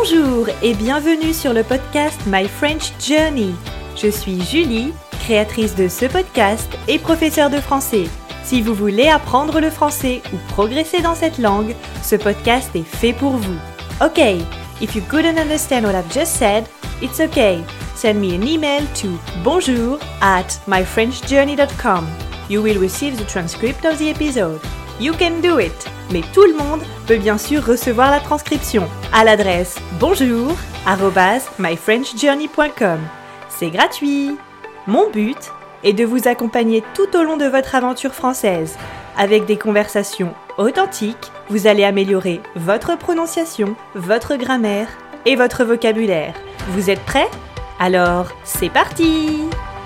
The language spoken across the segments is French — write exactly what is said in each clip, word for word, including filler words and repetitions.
Bonjour et bienvenue sur le podcast My French Journey. Je suis Julie, créatrice de ce podcast et professeure de français. Si vous voulez apprendre le français ou progresser dans cette langue, ce podcast est fait pour vous. Ok, if you couldn't understand what I've just said, it's okay. Send me an email to bonjour at my french journey dot com. You will receive the transcript of the episode. You can do it! Mais tout le monde peut bien sûr recevoir la transcription à l'adresse bonjour arobase my french journey point com. C'est gratuit! Mon but est de vous accompagner tout au long de votre aventure française. Avec des conversations authentiques, vous allez améliorer votre prononciation, votre grammaire et votre vocabulaire. Vous êtes prêts? Alors, c'est parti!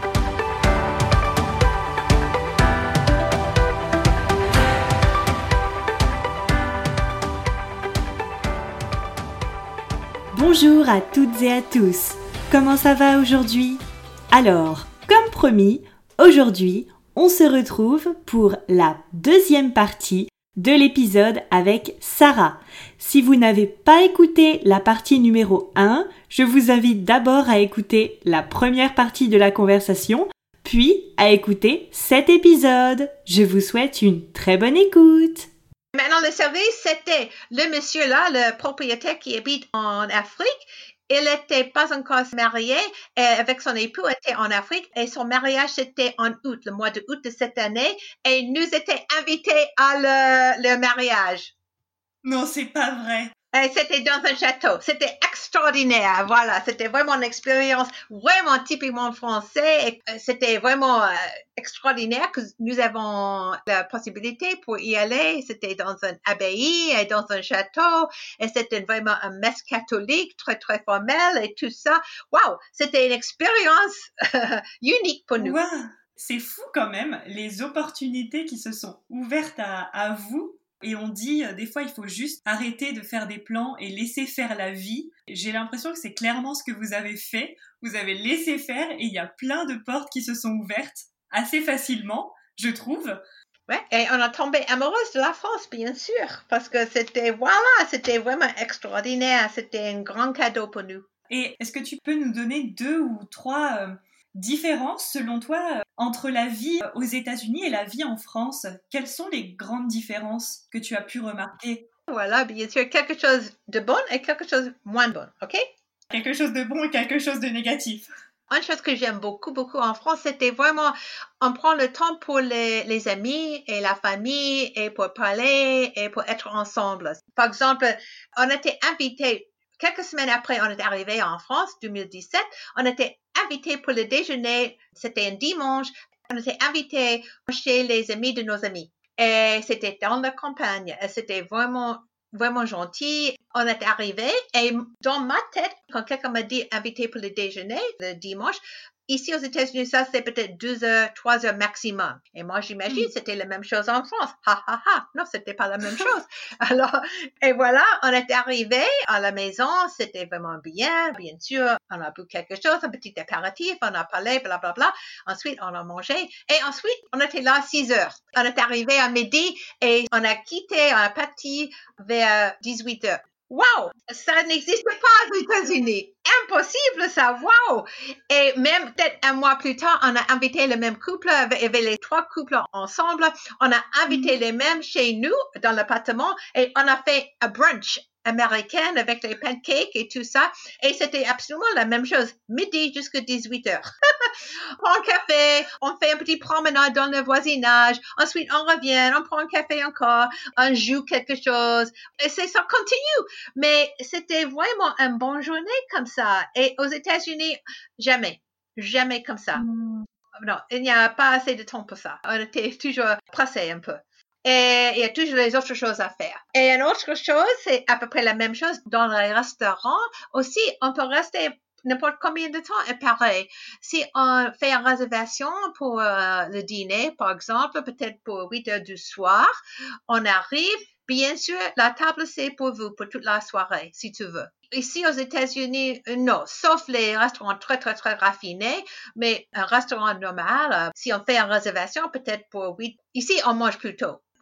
Bonjour à toutes et à tous. Comment ça va aujourd'hui? Alors, comme promis, aujourd'hui, on se retrouve pour la deuxième partie de l'épisode avec Sarah. Si vous n'avez pas écouté la partie numéro un, je vous invite d'abord à écouter la première partie de la conversation, puis à écouter cet épisode. Je vous souhaite une très bonne écoute. Maintenant, le service, c'était le monsieur-là, le propriétaire qui habite en Afrique. Il n'était pas encore marié et avec son époux, était en Afrique et son mariage, c'était en août, le mois de août de cette année. Et il nous était invités à le, le mariage. Non, c'est pas vrai. Et c'était dans un château. C'était extraordinaire. Voilà, c'était vraiment une expérience vraiment typiquement français. Et c'était vraiment euh, extraordinaire que nous avons la possibilité pour y aller. C'était dans une abbaye et dans un château. Et c'était vraiment un messe catholique très, très formelle et tout ça. Waouh, c'était une expérience unique pour nous. Wow, c'est fou quand même, les opportunités qui se sont ouvertes à, à vous. Et on dit, euh, des fois, il faut juste arrêter de faire des plans et laisser faire la vie. J'ai l'impression que c'est clairement ce que vous avez fait. Vous avez laissé faire et il y a plein de portes qui se sont ouvertes assez facilement, je trouve. Ouais, et on a tombé amoureuse de la France, bien sûr, parce que c'était, voilà, c'était vraiment extraordinaire. C'était un grand cadeau pour nous. Et est-ce que tu peux nous donner deux ou trois euh, différences, selon toi, euh, entre la vie aux États-Unis et la vie en France? Quelles sont les grandes différences que tu as pu remarquer? Voilà, bien sûr, quelque chose de bon et quelque chose de moins bon, ok? Quelque chose de bon et quelque chose de négatif. Une chose que j'aime beaucoup, beaucoup en France, c'était vraiment, on prend le temps pour les, les amis et la famille et pour parler et pour être ensemble. Par exemple, on était invités, quelques semaines après on est arrivé en France, deux mille dix-sept, on était invités pour le déjeuner, c'était un dimanche, on était invités chez les amis de nos amis. Et c'était dans la campagne, et c'était vraiment vraiment gentil. On est arrivé et dans ma tête, quand quelqu'un m'a dit invité pour le déjeuner le dimanche, ici aux États-Unis, ça c'est peut-être deux heures, trois heures maximum. Et moi, j'imagine mm. c'était la même chose en France. Ha ha ha. Non, c'était pas la même chose. Alors, et voilà, on est arrivé à la maison, c'était vraiment bien. Bien sûr, on a bu quelque chose, un petit apéritif, on a parlé, bla bla bla. Ensuite, on a mangé et ensuite, on était là à six heures. On est arrivé à midi et on a quitté, on a parti vers dix-huit heures. Wow, ça n'existe pas aux États-Unis. Impossible ça, wow. Et même peut-être un mois plus tard, on a invité le même couple, il y avait les trois couples ensemble. On a invité les mêmes chez nous dans l'appartement et on a fait un brunch américaine avec les pancakes et tout ça. Et c'était absolument la même chose, midi jusqu'à dix-huit heures. On prend un café, on fait un petit promenade dans le voisinage, ensuite on revient, on prend un café encore, on joue quelque chose, et c'est ça continue. Mais c'était vraiment une bonne journée comme ça. Et aux États-Unis, jamais, jamais comme ça. Mm. Non, il n'y a pas assez de temps pour ça. On était toujours pressés un peu. Et il y a toujours les autres choses à faire. Et une autre chose, c'est à peu près la même chose dans les restaurants. Aussi, on peut rester n'importe combien de temps est pareil. Si on fait une réservation pour euh, le dîner, par exemple, peut-être pour huit heures du soir, on arrive, bien sûr, la table c'est pour vous, pour toute la soirée, si tu veux. Ici aux États-Unis, non, sauf les restaurants très, très, très raffinés, mais un restaurant normal, euh, si on fait une réservation, peut-être pour huit, ici on mange plus tôt.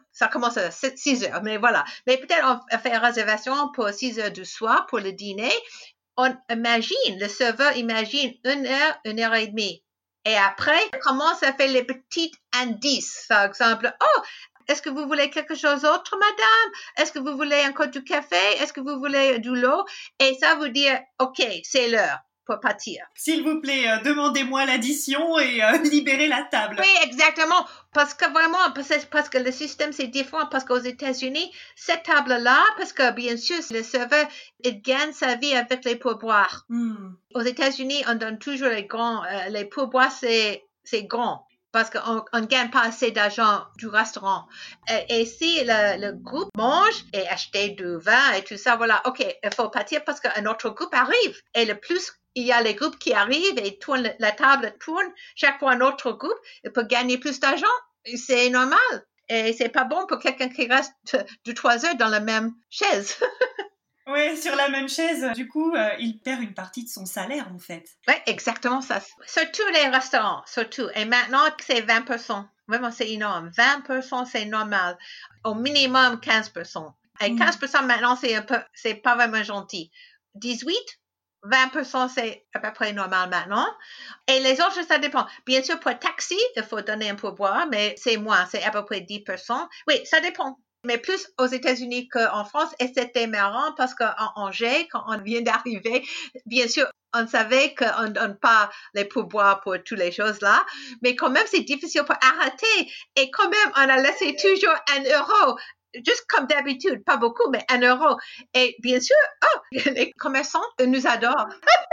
ça commence à six heures, mais voilà. Mais peut-être on fait une réservation pour six heures du soir pour le dîner. On imagine, le serveur imagine une heure, une heure et demie. Et après, on commence à faire les petits indices. Par exemple, oh, est-ce que vous voulez quelque chose d'autre, madame? Est-ce que vous voulez encore du café? Est-ce que vous voulez de l'eau? Et ça veut dire, OK, c'est l'heure pour partir. S'il vous plaît, euh, demandez-moi l'addition et euh, libérez la table. Oui, exactement. Parce que vraiment, parce, parce que le système, c'est différent. Parce qu'aux États-Unis, cette table-là, parce que bien sûr, le serveur, il gagne sa vie avec les pourboires. Mm. Aux États-Unis, on donne toujours les grands, euh, les pourboires, c'est, c'est grand. Parce qu'on ne gagne pas assez d'argent du restaurant. Et, et si le, le groupe mange et achète du vin et tout ça, voilà, OK, il faut partir parce qu'un autre groupe arrive. Et le plus il y a les groupes qui arrivent et tournent, la table tourne, chaque fois un autre groupe, il peut gagner plus d'argent. C'est normal. Et c'est pas bon pour quelqu'un qui reste deux, trois heures dans la même chaise. Oui, sur la même chaise, du coup, euh, il perd une partie de son salaire, en fait. Oui, exactement ça. Surtout les restaurants, surtout. Et maintenant, c'est vingt pour cent. Vraiment, c'est énorme. vingt pour cent, c'est normal. Au minimum, quinze pour cent. Et quinze pour cent, maintenant, c'est un peu, c'est pas vraiment gentil. dix-huit, vingt pour cent, c'est à peu près normal maintenant. Et les autres, ça dépend. Bien sûr, pour taxi, il faut donner un pourboire, mais c'est moins, c'est à peu près dix pour cent. Oui, ça dépend. Mais plus aux États-Unis qu'en France. Et c'était marrant parce qu'en Angers, quand on vient d'arriver, bien sûr, on savait qu'on ne donne pas les pourboires pour toutes les choses là. Mais quand même, c'est difficile pour arrêter. Et quand même, on a laissé toujours un euro. Juste comme d'habitude, pas beaucoup, mais un euro. Et bien sûr, oh, les commerçants nous adorent.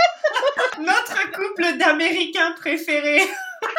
Notre couple d'Américains préférés.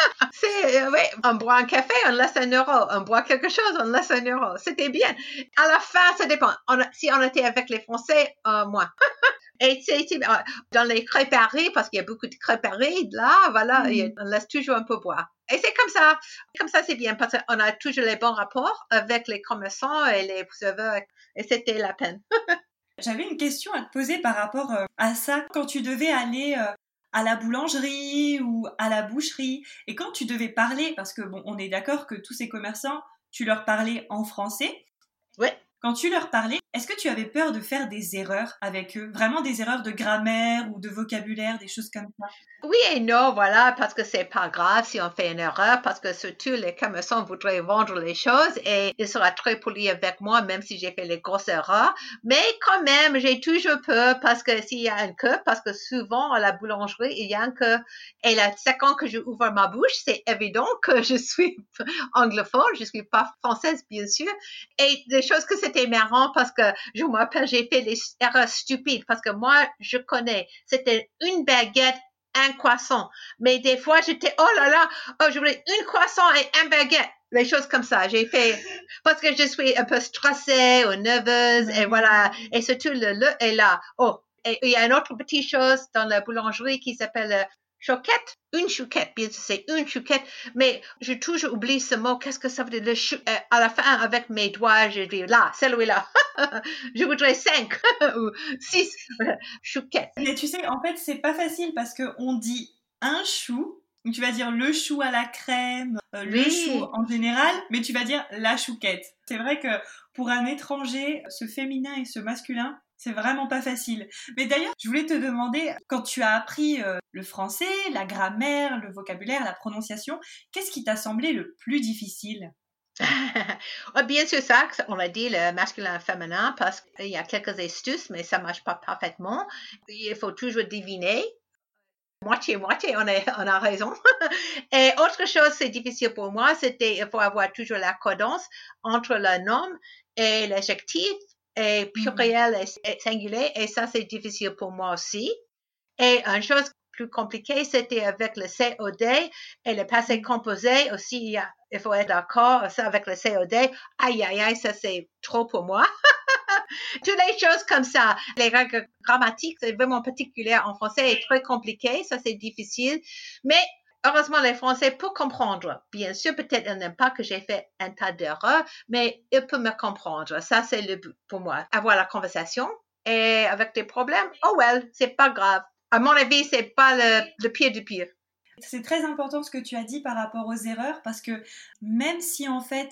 C'est, euh, oui, on boit un café, on laisse un euro. On boit quelque chose, on laisse un euro. C'était bien. À la fin, ça dépend. On a, si on était avec les Français, euh, moins. Et c'est, c'est dans les crêperies, parce qu'il y a beaucoup de crêperies, là, voilà, mm. on laisse toujours un peu boire. Et c'est comme ça. Comme ça, c'est bien, parce qu'on a toujours les bons rapports avec les commerçants et les serveurs. Et c'était la peine. J'avais une question à te poser par rapport à ça. Quand tu devais aller à la boulangerie ou à la boucherie, et quand tu devais parler, parce que bon, on est d'accord que tous ces commerçants, tu leur parlais en français. Oui. Quand tu leur parlais, est-ce que tu avais peur de faire des erreurs avec eux? Vraiment des erreurs de grammaire ou de vocabulaire, des choses comme ça? Oui et non, voilà, parce que c'est pas grave si on fait une erreur, parce que surtout les commerçants voudraient vendre les choses et ils seront très polis avec moi, même si j'ai fait les grosses erreurs. Mais quand même, j'ai toujours peur parce que s'il y a un que, parce que souvent à la boulangerie, il y a un que. Et la seconde que je ouvre ma bouche, c'est évident que je suis anglophone, je suis pas française, bien sûr. Et des choses que c'était marrant parce que je me rappelle, j'ai fait des erreurs stupides parce que moi, je connais, c'était une baguette, un croissant. Mais des fois, j'étais, oh là là, oh, je voulais une croissant et un baguette. Les choses comme ça. J'ai fait, parce que je suis un peu stressée ou nerveuse et voilà. Et surtout, le le est là. Oh, et il y a une autre petite chose dans la boulangerie qui s'appelle chouquette. Une chouquette, bien sûr, c'est une chouquette. Mais je toujours oublie ce mot. Qu'est-ce que ça veut dire? Le chou, euh, à la fin, avec mes doigts, je dis là, celui-là. Je voudrais cinq ou six chouquettes. Mais tu sais, en fait, c'est pas facile parce qu'on dit un chou, donc tu vas dire le chou à la crème, euh, oui. Le chou en général, mais tu vas dire la chouquette. C'est vrai que pour un étranger, ce féminin et ce masculin, c'est vraiment pas facile. Mais d'ailleurs, je voulais te demander, quand tu as appris euh, le français, la grammaire, le vocabulaire, la prononciation, qu'est-ce qui t'a semblé le plus difficile? Oh, bien sûr, ça, on l'a dit, le masculin et le féminin, parce qu'il y a quelques astuces, mais ça ne marche pas parfaitement. Il faut toujours deviner. Moitié-moitié, on, on a raison. Et autre chose, c'est difficile pour moi, c'était il faut avoir toujours la cadence entre le nom et l'adjectif, et pluriel mm-hmm. et singulier, et ça, c'est difficile pour moi aussi. Et une chose plus compliquée, c'était avec le C O D et le passé composé aussi, il faut être d'accord avec le C O D. Aïe, aïe, aïe, ça, c'est trop pour moi. Toutes les choses comme ça. Les règles grammatiques, c'est vraiment particulier en français et très compliqué. Ça, c'est difficile. Mais heureusement, les Français peuvent comprendre. Bien sûr, peut-être ils n'aiment pas que j'ai fait un tas d'erreurs, mais ils peuvent me comprendre. Ça, c'est le but pour moi. Avoir la conversation et avec des problèmes, oh well, c'est pas grave. À mon avis, c'est pas le, le pire du pire. C'est très important ce que tu as dit par rapport aux erreurs parce que même si en fait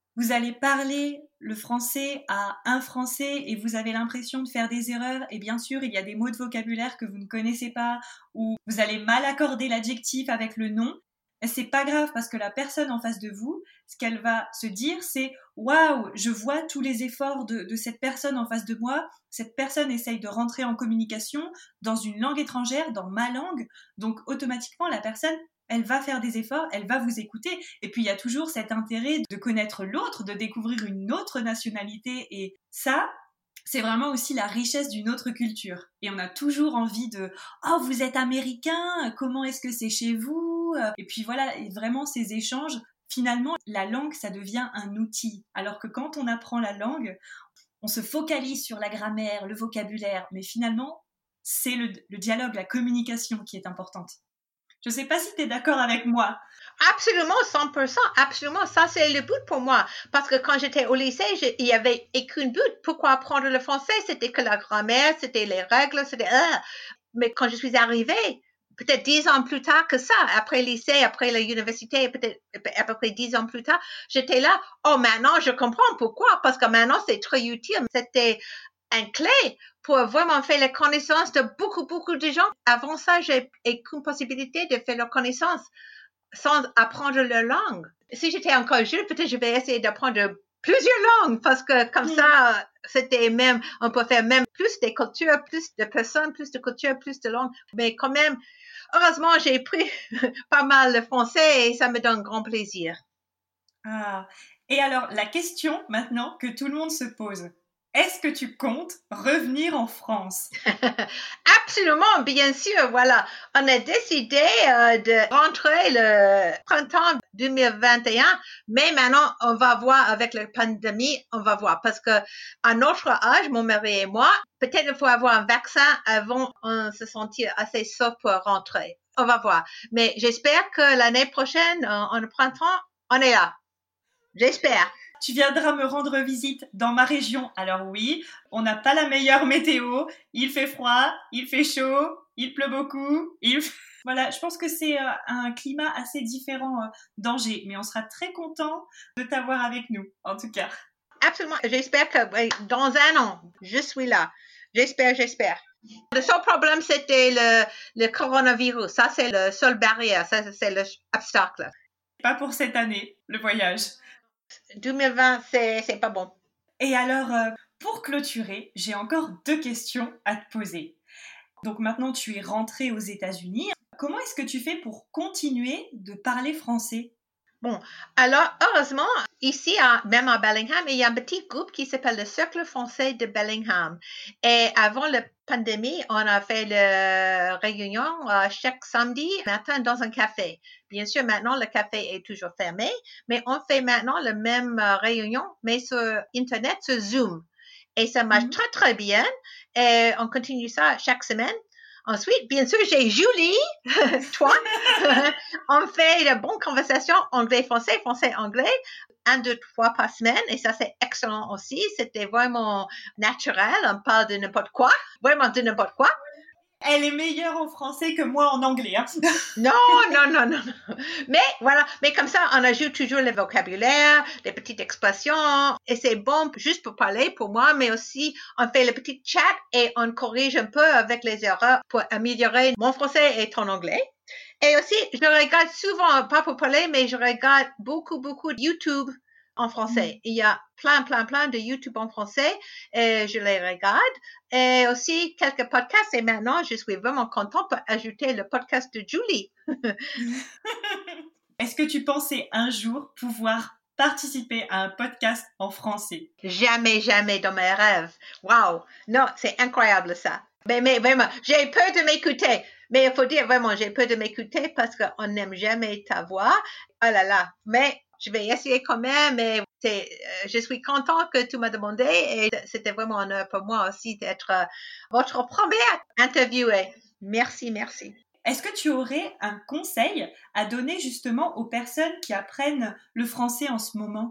vous allez parler le français à un Français et vous avez l'impression de faire des erreurs, et bien sûr, il y a des mots de vocabulaire que vous ne connaissez pas, ou vous allez mal accorder l'adjectif avec le nom, c'est pas grave parce que la personne en face de vous, ce qu'elle va se dire, c'est « Waouh, je vois tous les efforts de, de cette personne en face de moi, cette personne essaye de rentrer en communication dans une langue étrangère, dans ma langue, donc automatiquement la personne, elle va faire des efforts, elle va vous écouter. » Et puis il y a toujours cet intérêt de connaître l'autre, de découvrir une autre nationalité, et ça, c'est vraiment aussi la richesse d'une autre culture. Et on a toujours envie de « Oh, vous êtes américain, comment est-ce que c'est chez vous ?» Et puis voilà, et vraiment ces échanges, finalement, la langue, ça devient un outil. Alors que quand on apprend la langue, on se focalise sur la grammaire, le vocabulaire, mais finalement, c'est le, le dialogue, la communication qui est importante. Je ne sais pas si tu es d'accord avec moi. Absolument, cent pour cent, absolument. Ça, c'est le but pour moi. Parce que quand j'étais au lycée, je, il y avait aucun but. Pourquoi apprendre le français? C'était que la grammaire, c'était les règles, c'était... Euh. Mais quand je suis arrivée, peut-être dix ans plus tard que ça, après le lycée, après l'université, peut-être à peu près dix ans plus tard, j'étais là, oh, maintenant, je comprends pourquoi. Parce que maintenant, c'est très utile. C'était un clé pour vraiment faire la connaissance de beaucoup, beaucoup de gens. Avant ça, j'ai aucune possibilité de faire leur connaissance sans apprendre leur langue. Si j'étais encore jeune, peut-être je vais essayer d'apprendre plusieurs langues parce que comme mmh. ça, c'était même, on peut faire même plus de cultures, plus de personnes, plus de cultures, plus de langues. Mais quand même, heureusement, j'ai pris pas mal le français et ça me donne grand plaisir. Ah. Et alors, la question maintenant que tout le monde se pose. Est-ce que tu comptes revenir en France? Absolument, bien sûr, voilà. On a décidé euh, de rentrer le printemps deux mille vingt et un, mais maintenant, on va voir avec la pandémie, on va voir. Parce que à notre âge, mon mari et moi, peut-être il faut avoir un vaccin avant de se sentir assez sauf pour rentrer. On va voir. Mais j'espère que l'année prochaine, en, en printemps, on est là. J'espère. Tu viendras me rendre visite dans ma région. Alors oui, on n'a pas la meilleure météo. Il fait froid, il fait chaud, il pleut beaucoup. Il... Voilà, je pense que c'est euh, un climat assez différent euh, d'Angers. Mais on sera très content de t'avoir avec nous, en tout cas. Absolument. J'espère que dans un an, je suis là. J'espère, j'espère. Le seul problème, c'était le, le coronavirus. Ça, c'est la seule barrière. Ça, c'est l'obstacle. Pas pour cette année, le voyage. deux mille vingt, c'est, c'est pas bon. Et alors, euh, pour clôturer, j'ai encore deux questions à te poser. Donc maintenant, tu es rentrée aux États-Unis. Comment est-ce que tu fais pour continuer de parler français? Bon, alors, heureusement, ici, à, même à Bellingham, il y a un petit groupe qui s'appelle le Cercle français de Bellingham. Et avant la pandémie, on a fait la réunion euh, chaque samedi matin dans un café. Bien sûr, maintenant, le café est toujours fermé, mais on fait maintenant la même euh, réunion, mais sur Internet, sur Zoom. Et ça marche mm-hmm. très, très bien. Et on continue ça chaque semaine. Ensuite, bien sûr, j'ai Julie, toi. On fait de bonnes conversations anglais-français, français-anglais, un, deux, trois par semaine. Et ça, c'est excellent aussi. C'était vraiment naturel. On parle de n'importe quoi. Vraiment de n'importe quoi. Elle est meilleure en français que moi en anglais. Hein. Non, non, non, non. Mais voilà, mais comme ça, on ajoute toujours le vocabulaire, les petites expressions. Et c'est bon juste pour parler pour moi, mais aussi on fait le petit chat et on corrige un peu avec les erreurs pour améliorer mon français et ton anglais. Et aussi, je regarde souvent, pas pour parler, mais je regarde beaucoup, beaucoup de YouTube en français. Mm. Il y a plein, plein, plein de YouTube en français et je les regarde. Et aussi quelques podcasts. Et maintenant, je suis vraiment contente pour ajouter le podcast de Julie. Est-ce que tu pensais un jour pouvoir participer à un podcast en français? Jamais, jamais dans mes rêves. Wow! Non, c'est incroyable ça. Mais, mais vraiment, j'ai peur de m'écouter. Mais il faut dire vraiment, j'ai peur de m'écouter parce qu'on n'aime jamais ta voix. Oh là là. Mais je vais essayer quand même. Et c'est, euh, je suis contente que tu m'as demandé et c'était vraiment un honneur pour moi aussi d'être euh, votre première interviewée. Merci, merci. Est-ce que tu aurais un conseil à donner justement aux personnes qui apprennent le français en ce moment?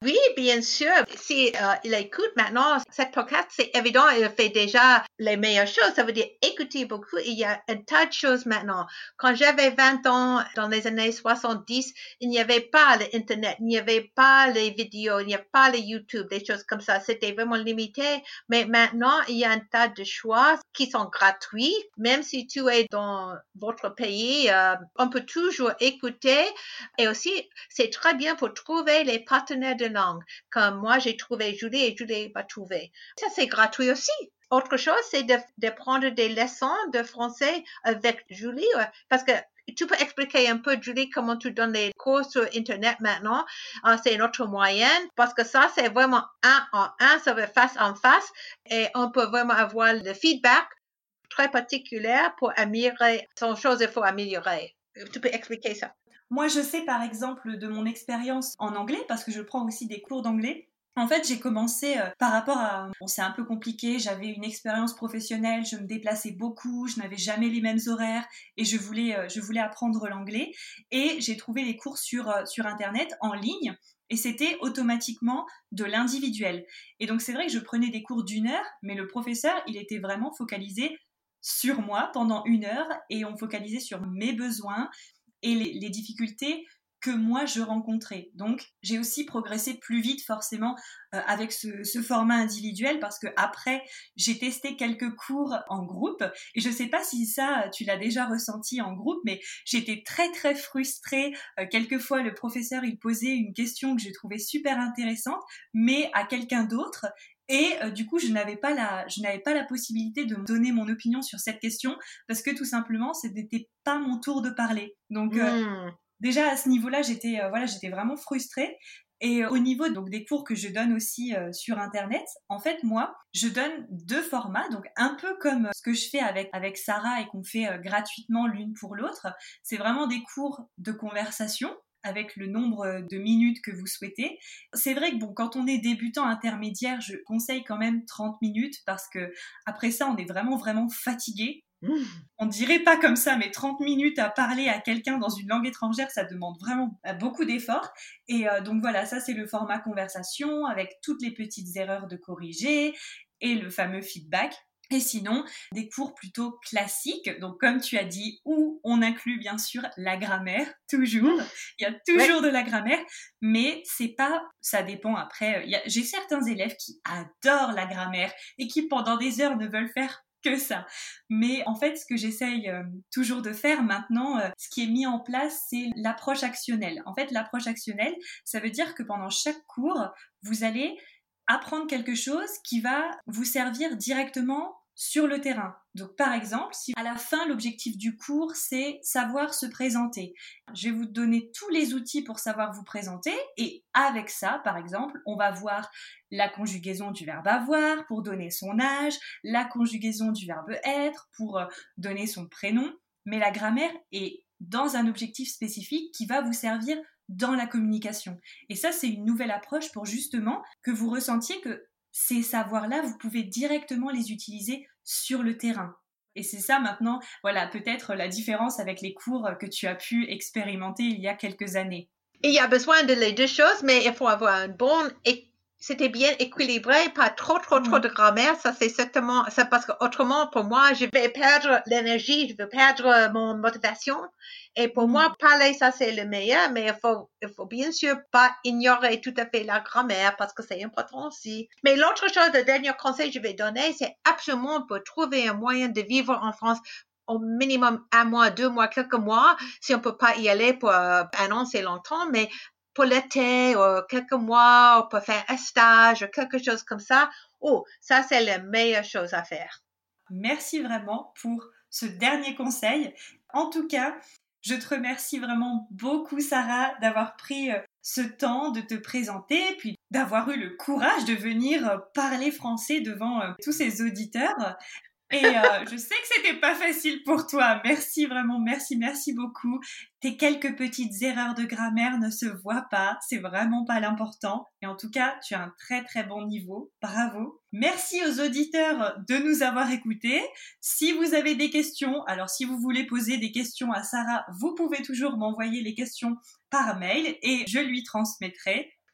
Oui, bien sûr. Si euh, il écoute maintenant cette podcast, c'est évident, il fait déjà les meilleures choses. Ça veut dire écouter beaucoup. Il y a un tas de choses maintenant. Quand j'avais vingt ans, dans les années soixante-dix, il n'y avait pas l'Internet, il n'y avait pas les vidéos, il n'y avait pas les YouTube, des choses comme ça. C'était vraiment limité. Mais maintenant, il y a un tas de choix qui sont gratuits. Même si tu es dans votre pays, euh, on peut toujours écouter. Et aussi, c'est très bien pour trouver les partenaires de langue. Comme moi, j'ai trouvé Julie et Julie m'a trouvé. Ça, c'est gratuit aussi. Autre chose, c'est de, de prendre des leçons de français avec Julie, parce que tu peux expliquer un peu, Julie, comment tu donnes les cours sur Internet maintenant. Euh, c'est notre moyenne, parce que ça, c'est vraiment un en un, ça veut face en face, et on peut vraiment avoir le feedback très particulier pour améliorer son chose, il faut améliorer. Tu peux expliquer ça? Moi, je sais par exemple de mon expérience en anglais, parce que je prends aussi des cours d'anglais. En fait, j'ai commencé euh, par rapport à... Bon, c'est un peu compliqué, j'avais une expérience professionnelle, je me déplaçais beaucoup, je n'avais jamais les mêmes horaires et je voulais, euh, je voulais apprendre l'anglais. Et j'ai trouvé les cours sur, euh, sur Internet, en ligne, et c'était automatiquement de l'individuel. Et donc, c'est vrai que je prenais des cours d'une heure, mais le professeur, il était vraiment focalisé sur moi pendant une heure et on focalisait sur mes besoins et les, les difficultés que moi je rencontrais. Donc j'ai aussi progressé plus vite forcément euh, avec ce, ce format individuel, parce que après j'ai testé quelques cours en groupe et je sais pas si ça tu l'as déjà ressenti en groupe, mais j'étais très très frustrée. Euh, quelquefois le professeur il posait une question que je trouvais super intéressante, mais à quelqu'un d'autre. Et euh, du coup, je n'avais pas la, je n'avais pas la possibilité de me donner mon opinion sur cette question parce que tout simplement, ce n'était pas mon tour de parler. Donc euh, Mm. déjà à ce niveau-là, j'étais, euh, voilà, j'étais vraiment frustrée. Et euh, au niveau donc des cours que je donne aussi euh, sur Internet, en fait, moi, je donne deux formats, donc un peu comme ce que je fais avec avec Sarah et qu'on fait euh, gratuitement l'une pour l'autre. C'est vraiment des cours de conversation avec le nombre de minutes que vous souhaitez. C'est vrai que bon, quand on est débutant intermédiaire, je conseille quand même trente minutes parce que après ça, on est vraiment vraiment fatigué. Mm. On dirait pas comme ça, mais trente minutes à parler à quelqu'un dans une langue étrangère, ça demande vraiment beaucoup d'efforts. Et euh, donc voilà, ça c'est le format conversation avec toutes les petites erreurs de corriger et le fameux feedback. Et sinon, des cours plutôt classiques, donc comme tu as dit, où on inclut bien sûr la grammaire, toujours. Il y a toujours ouais. de la grammaire, mais c'est pas, ça dépend après. Il y a, j'ai certains élèves qui adorent la grammaire et qui pendant des heures ne veulent faire que ça. Mais en fait, ce que j'essaye euh, toujours de faire maintenant, euh, ce qui est mis en place, c'est l'approche actionnelle. En fait, l'approche actionnelle, ça veut dire que pendant chaque cours, vous allez apprendre quelque chose qui va vous servir directement sur le terrain. Donc par exemple, si à la fin l'objectif du cours c'est savoir se présenter, je vais vous donner tous les outils pour savoir vous présenter et avec ça par exemple, on va voir la conjugaison du verbe avoir pour donner son âge, la conjugaison du verbe être pour donner son prénom, mais la grammaire est dans un objectif spécifique qui va vous servir dans la communication. Et ça, c'est une nouvelle approche pour justement que vous ressentiez que ces savoirs-là, vous pouvez directement les utiliser sur le terrain. Et c'est ça maintenant, voilà, peut-être la différence avec les cours que tu as pu expérimenter il y a quelques années. Il y a besoin de les deux choses, mais il faut avoir un bon... C'était bien équilibré, pas trop, trop, trop de grammaire. Ça, c'est certainement, ça, parce que autrement, pour moi, je vais perdre l'énergie, je vais perdre mon motivation. Et pour mmh. moi, parler, ça, c'est le meilleur, mais il faut, il faut bien sûr pas ignorer tout à fait la grammaire parce que c'est important aussi. Mais l'autre chose, le dernier conseil que je vais donner, c'est absolument pour trouver un moyen de vivre en France au minimum un mois, deux mois, quelques mois. Si on peut pas y aller pour un an, c'est longtemps, mais pour l'été, ou quelques mois, on peut faire un stage, ou quelque chose comme ça. Oh, ça, c'est la meilleure chose à faire. Merci vraiment pour ce dernier conseil. En tout cas, je te remercie vraiment beaucoup, Sarah, d'avoir pris ce temps de te présenter, puis d'avoir eu le courage de venir parler français devant tous ces auditeurs. Et euh, je sais que c'était pas facile pour toi. Merci vraiment, merci, merci beaucoup. Tes quelques petites erreurs de grammaire ne se voient pas. C'est vraiment pas l'important. Et en tout cas, tu as un très très bon niveau. Bravo. Merci aux auditeurs de nous avoir écoutés. Si vous avez des questions, alors si vous voulez poser des questions à Sarah, vous pouvez toujours m'envoyer les questions par mail et je lui transmettrai.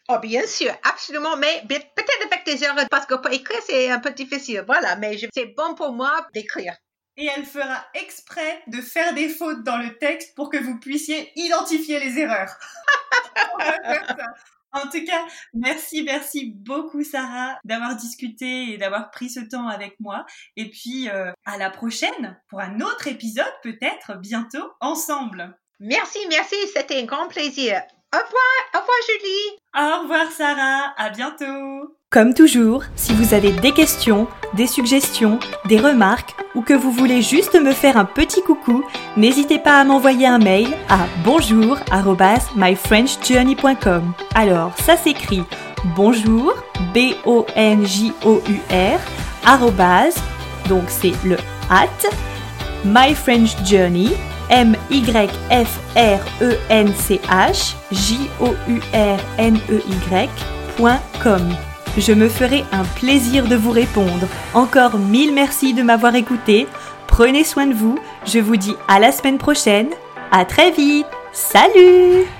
Oh, bien sûr, absolument, mais peut-être avec des erreurs, parce que pour écrire, c'est un peu difficile. Voilà, mais je, c'est bon pour moi d'écrire. Et elle fera exprès de faire des fautes dans le texte pour que vous puissiez identifier les erreurs. On va faire ça. En tout cas, merci, merci beaucoup Sarah d'avoir discuté et d'avoir pris ce temps avec moi. Et puis, euh, à la prochaine pour un autre épisode, peut-être bientôt ensemble. Merci, merci, c'était un grand plaisir. Au revoir, au revoir Julie. Au revoir Sarah, à bientôt. Comme toujours, si vous avez des questions, des suggestions, des remarques ou que vous voulez juste me faire un petit coucou, n'hésitez pas à m'envoyer un mail à bonjour arobase my french journey point com. Alors, ça s'écrit bonjour, B O N J O U R, arrobase, donc c'est le at, My French Journey, M Y F R E N C H J O U R N E Y point com. Je me ferai un plaisir de vous répondre. Encore mille merci de m'avoir écouté. Prenez soin de vous. Je vous dis à la semaine prochaine. À très vite. Salut!